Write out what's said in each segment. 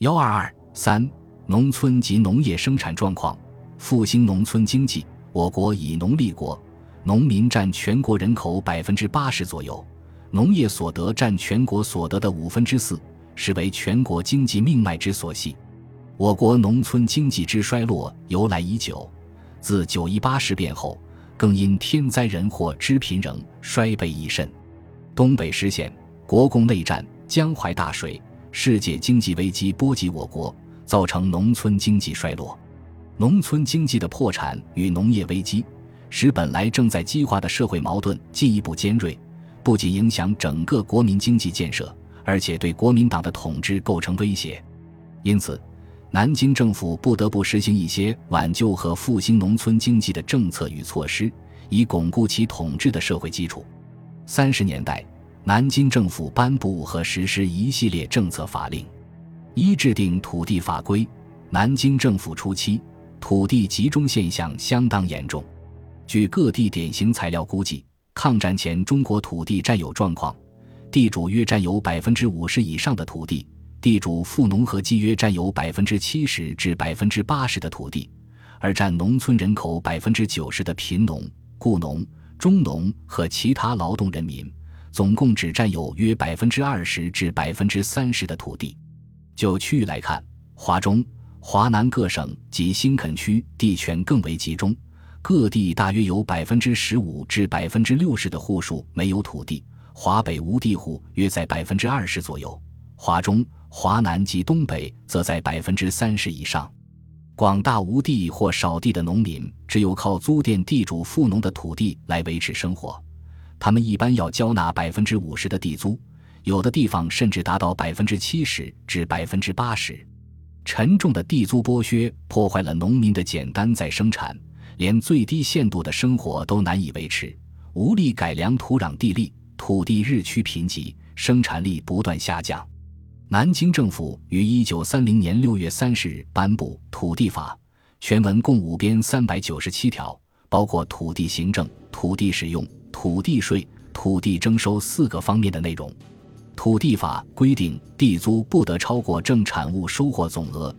122.3农村及农业生产状况。复兴农村经济。我国以农立国，农民占全国人口 80% 左右，农业所得占全国所得的4%，是为全国经济命脉之所系。我国农村经济之衰落由来已久，自9·18事变后，更因天灾人祸之频仍，衰备益甚。东北失陷、国共内战、江淮大水、世界经济危机波及我国，造成农村经济衰落。农村经济的破产与农业危机，使本来正在激化的社会矛盾进一步尖锐，不仅影响整个国民经济建设，而且对国民党的统治构成威胁。因此，南京政府不得不实行一些挽救和复兴农村经济的政策与措施，以巩固其统治的社会基础。30年代，南京政府颁布和实施一系列政策法令，一制定土地法规。南京政府初期，土地集中现象相当严重。据各地典型材料估计，抗战前中国土地占有状况，地主约占有 50% 以上的土地，地主富农合计约占有 70%至 80% 的土地，而占农村人口 90% 的贫农、雇农、中农和其他劳动人民，总共只占有约 20% 至 30% 的土地。就区域来看，华中、华南各省及新垦区地权更为集中，各地大约有 15% 至 60% 的户数没有土地，华北无地户约在 20% 左右，华中、华南及东北则在 30% 以上。广大无地或少地的农民只有靠租佃地主富农的土地来维持生活，他们一般要交纳 50% 的地租，有的地方甚至达到 70% 至 80%。沉重的地租剥削破坏了农民的简单再生产，连最低限度的生活都难以维持，无力改良土壤地力，土地日趋贫瘠，生产力不断下降。南京政府于1930年6月30日颁布土地法，全文共5编397条，包括土地行政、土地使用、土地税、土地征收4个方面的内容。土地法规定，地租不得超过正产物收获总额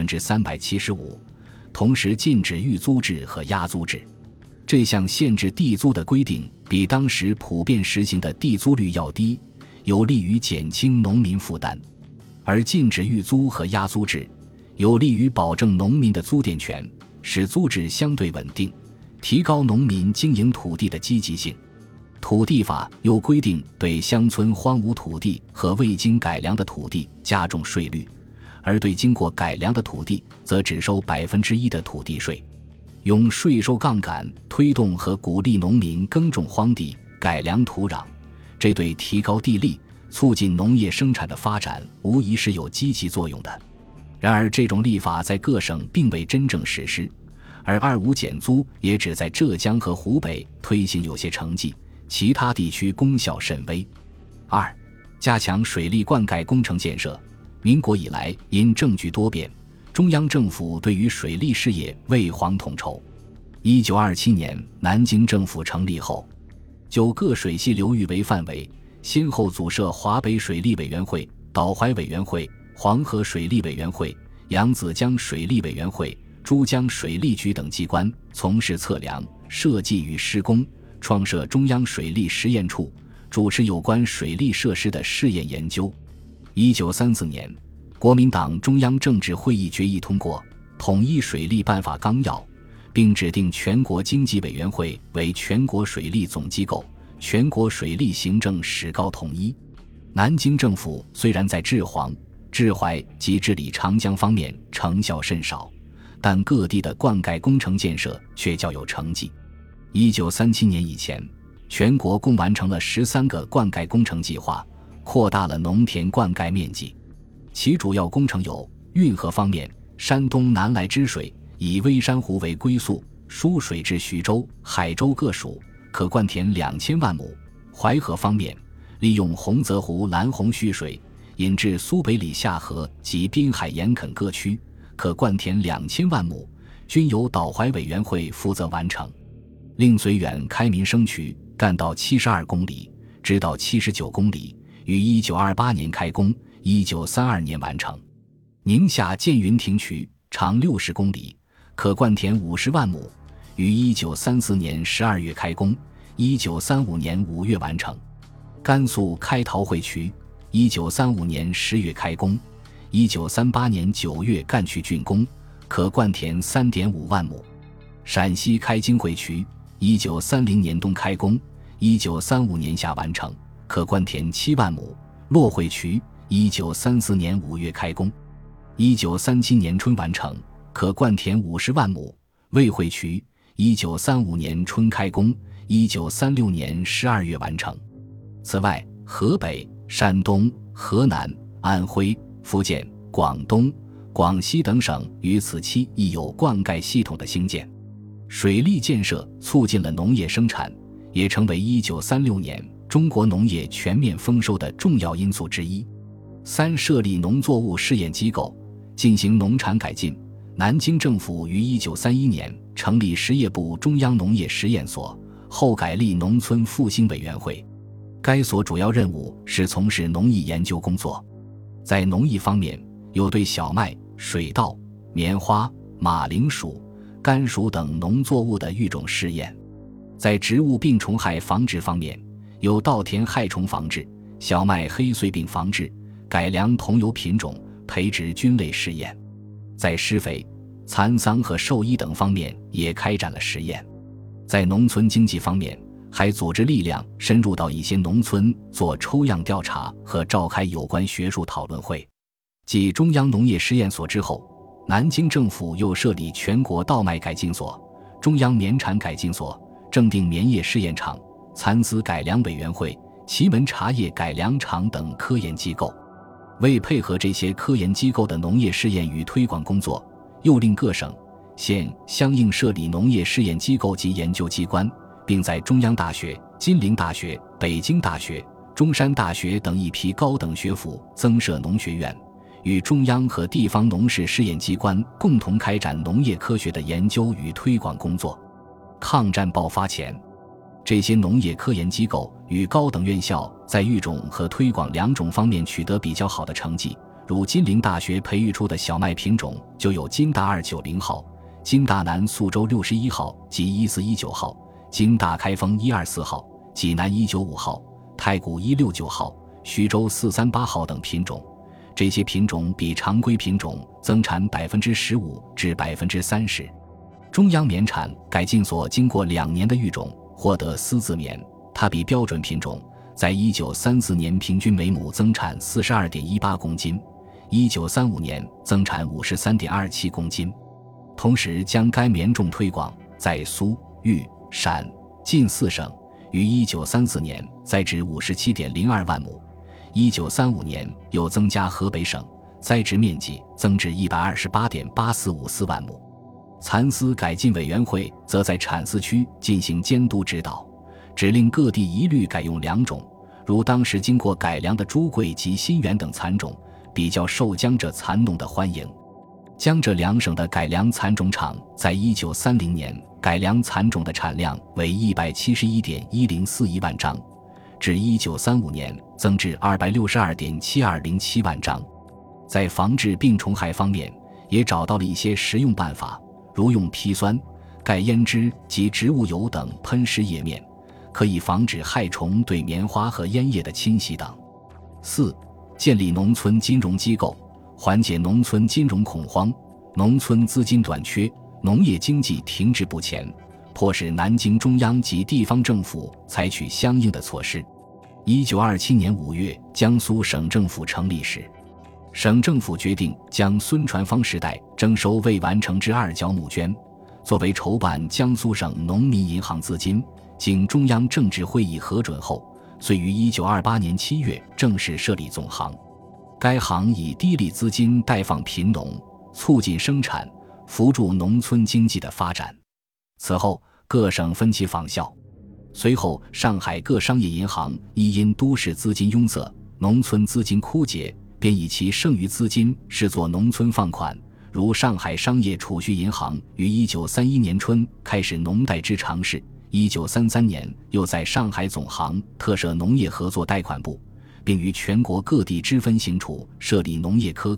375%，同时禁止预租制和压租制。这项限制地租的规定比当时普遍实行的地租率要低，有利于减轻农民负担；而禁止预租和压租制，有利于保证农民的租佃权，使租制相对稳定，提高农民经营土地的积极性。土地法又规定，对乡村荒芜土地和未经改良的土地加重税率，而对经过改良的土地则只收 1% 的土地税，用税收杠杆推动和鼓励农民耕种荒地、改良土壤，这对提高地力、促进农业生产的发展无疑是有积极作用的。然而，这种立法在各省并未真正实施，而2·5减租也只在浙江和湖北推行有些成绩，其他地区功效甚微。2. 加强水利灌溉工程建设。民国以来，因政局多变，中央政府对于水利事业未遑统筹。1927年南京政府成立后，就各水系流域为范围，先后组设华北水利委员会、岛淮委员会、黄河水利委员会、扬子江水利委员会、珠江水利局等机关，从事测量、设计与施工，创设中央水利实验处，主持有关水利设施的试验研究。1934年，国民党中央政治会议决议通过《统一水利办法纲要》，并指定全国经济委员会为全国水利总机构，全国水利行政史高统一。南京政府虽然在治黄、治淮及治理长江方面成效甚少，但各地的灌溉工程建设却较有成绩。1937年以前，全国共完成了13个灌溉工程计划，扩大了农田灌溉面积。其主要工程有：运河方面，山东南来之水以微山湖为归宿，输水至徐州、海州各属，可灌田2000万亩；淮河方面，利用洪泽湖拦洪蓄水，引至苏北里下河及滨海沿垦各区，可灌田2000万亩，均由岛淮委员会负责完成。另绥远开民生渠干道72公里，直道79公里，于1928年开工，1932年完成。 宁夏犍云亭渠长60公里，可灌田50万亩，于1934年12月开工，1935年5月完成。甘肃开陶会渠1935年10月开工，1938年9月干渠竣工，可灌田3.5万亩。陕西开经会渠1930年冬开工，1935年夏完成，可灌田7万亩。洛会渠1934年5月开工，1937年春完成，可灌田50万亩。卫会渠1935年春开工，1936年12月完成。此外，河北、山东、河南、安徽、福建、广东、广西等省于此期亦有灌溉系统的兴建。水利建设促进了农业生产，也成为1936年中国农业全面丰收的重要因素之一。3. 设立农作物试验机构，进行农产改进。南京政府于1931年成立实业部中央农业实验所，后改立农村复兴委员会。该所主要任务是从事农艺研究工作。在农艺方面，有对小麦、水稻、棉花、马铃薯、甘薯等农作物的育种试验。在植物病虫害防治方面，有稻田害虫防治、小麦黑穗病防治、改良桐油品种、培植菌类试验。在施肥、蚕桑和兽医等方面也开展了实验。在农村经济方面，还组织力量深入到一些农村做抽样调查和召开有关学术讨论会。继中央农业实验所之后，南京政府又设立全国稻麦改进所、中央棉产改进所、正定棉业试验场、蚕丝改良委员会、祁门茶叶改良场等科研机构。为配合这些科研机构的农业试验与推广工作，又令各省、县相应设立农业试验机构及研究机关，并在中央大学、金陵大学、北京大学、中山大学等一批高等学府增设农学院，与中央和地方农事试验机关共同开展农业科学的研究与推广工作。抗战爆发前，这些农业科研机构与高等院校在育种和推广2种方面取得比较好的成绩，如金陵大学培育出的小麦品种就有金大290号、金大南肃州61号及1419号、金大开封124号、济南195号、太谷169号、徐州438号等品种。这些品种比常规品种增产 15% 至 30%。 中央棉产改进所经过2年的育种，获得丝字棉，它比标准品种在1934年平均每亩增产 42.18 公斤，1935年增产 53.27 公斤。同时将该棉种推广在苏、豫、陕、晋4省，于1934年栽植 57.02 万亩，1935年又增加河北省，栽植面积增至 128.8454 万亩。蚕丝改进委员会则在产丝区进行监督指导，指令各地一律改用2种，如当时经过改良的朱贵及新源等蚕种，比较受江浙蚕农的欢迎。江浙2省的改良蚕种厂在1930年改良蚕种的产量为 171.1041 万张，至1935年增至 262.7207 万张。在防治病虫害方面，也找到了一些实用办法，如用砒酸、钙胭脂及植物油等喷施叶面，可以防止害虫对棉花和烟叶的侵袭等。4. 建立农村金融机构，缓解农村金融恐慌。农村资金短缺，农业经济停滞不前，迫使南京中央及地方政府采取相应的措施。1927年5月，江苏省政府成立时，省政府决定将孙传芳时代征收未完成之2角募捐作为筹办江苏省农民银行资金，经中央政治会议核准后，遂于1928年7月正式设立总行。该行以低利资金贷放贫农，促进生产，扶助农村经济的发展。此后各省分期仿效。随后上海各商业银行亦因都市资金拥塞，农村资金枯竭，便以其剩余资金视作农村放款，如上海商业储蓄银行于1931年春开始农贷之尝试，1933年又在上海总行特设农业合作贷款部，并于全国各地支分行处设立农业科课，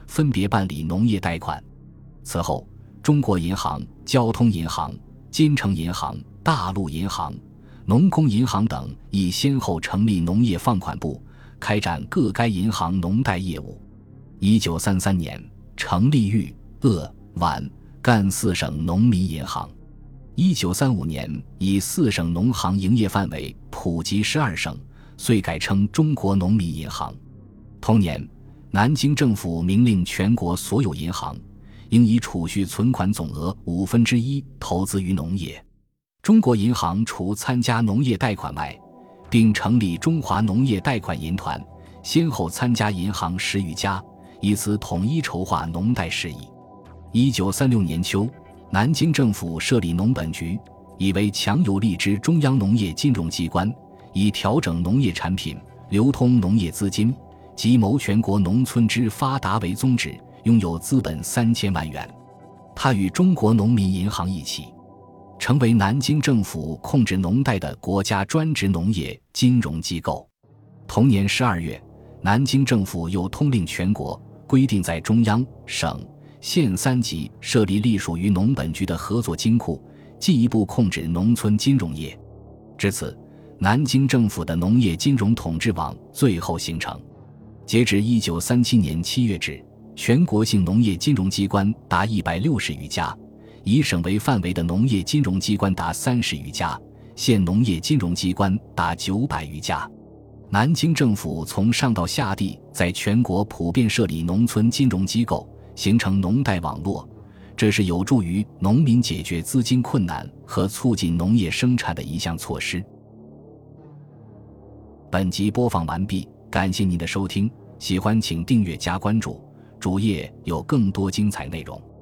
分别办理农业贷款。此后，中国银行、交通银行、金城银行、大陆银行、农工银行等亦先后成立农业放款部，开展各该银行农贷业务。1933年成立豫、鄂、皖、赣4省农民银行。1935年以4省农行营业范围普及12省，遂改称中国农民银行。同年，南京政府明令全国所有银行应以储蓄存款总额1/5投资于农业。中国银行除参加农业贷款外，并成立中华农业贷款银团，先后参加银行10余家，以此统一筹划农贷事宜。1936年秋，南京政府设立农本局，以为强有力之中央农业金融机关，以调整农业产品、流通农业资金及谋全国农村之发达为宗旨，拥有资本3000万元。它与中国农民银行一起，成为南京政府控制农贷的国家专职农业金融机构。同年12月，南京政府又通令全国，规定在中央、省、县3级设立隶属于农本局的合作金库，进一步控制农村金融业。至此，南京政府的农业金融统治网最后形成。截至1937年7月止，全国性农业金融机关达160余家，以省为范围的农业金融机关达30余家，县农业金融机关达900余家。南京政府从上到下地在全国普遍设立农村金融机构，形成农贷网络，这是有助于农民解决资金困难和促进农业生产的一项措施。本集播放完毕，感谢您的收听，喜欢请订阅加关注，主页有更多精彩内容。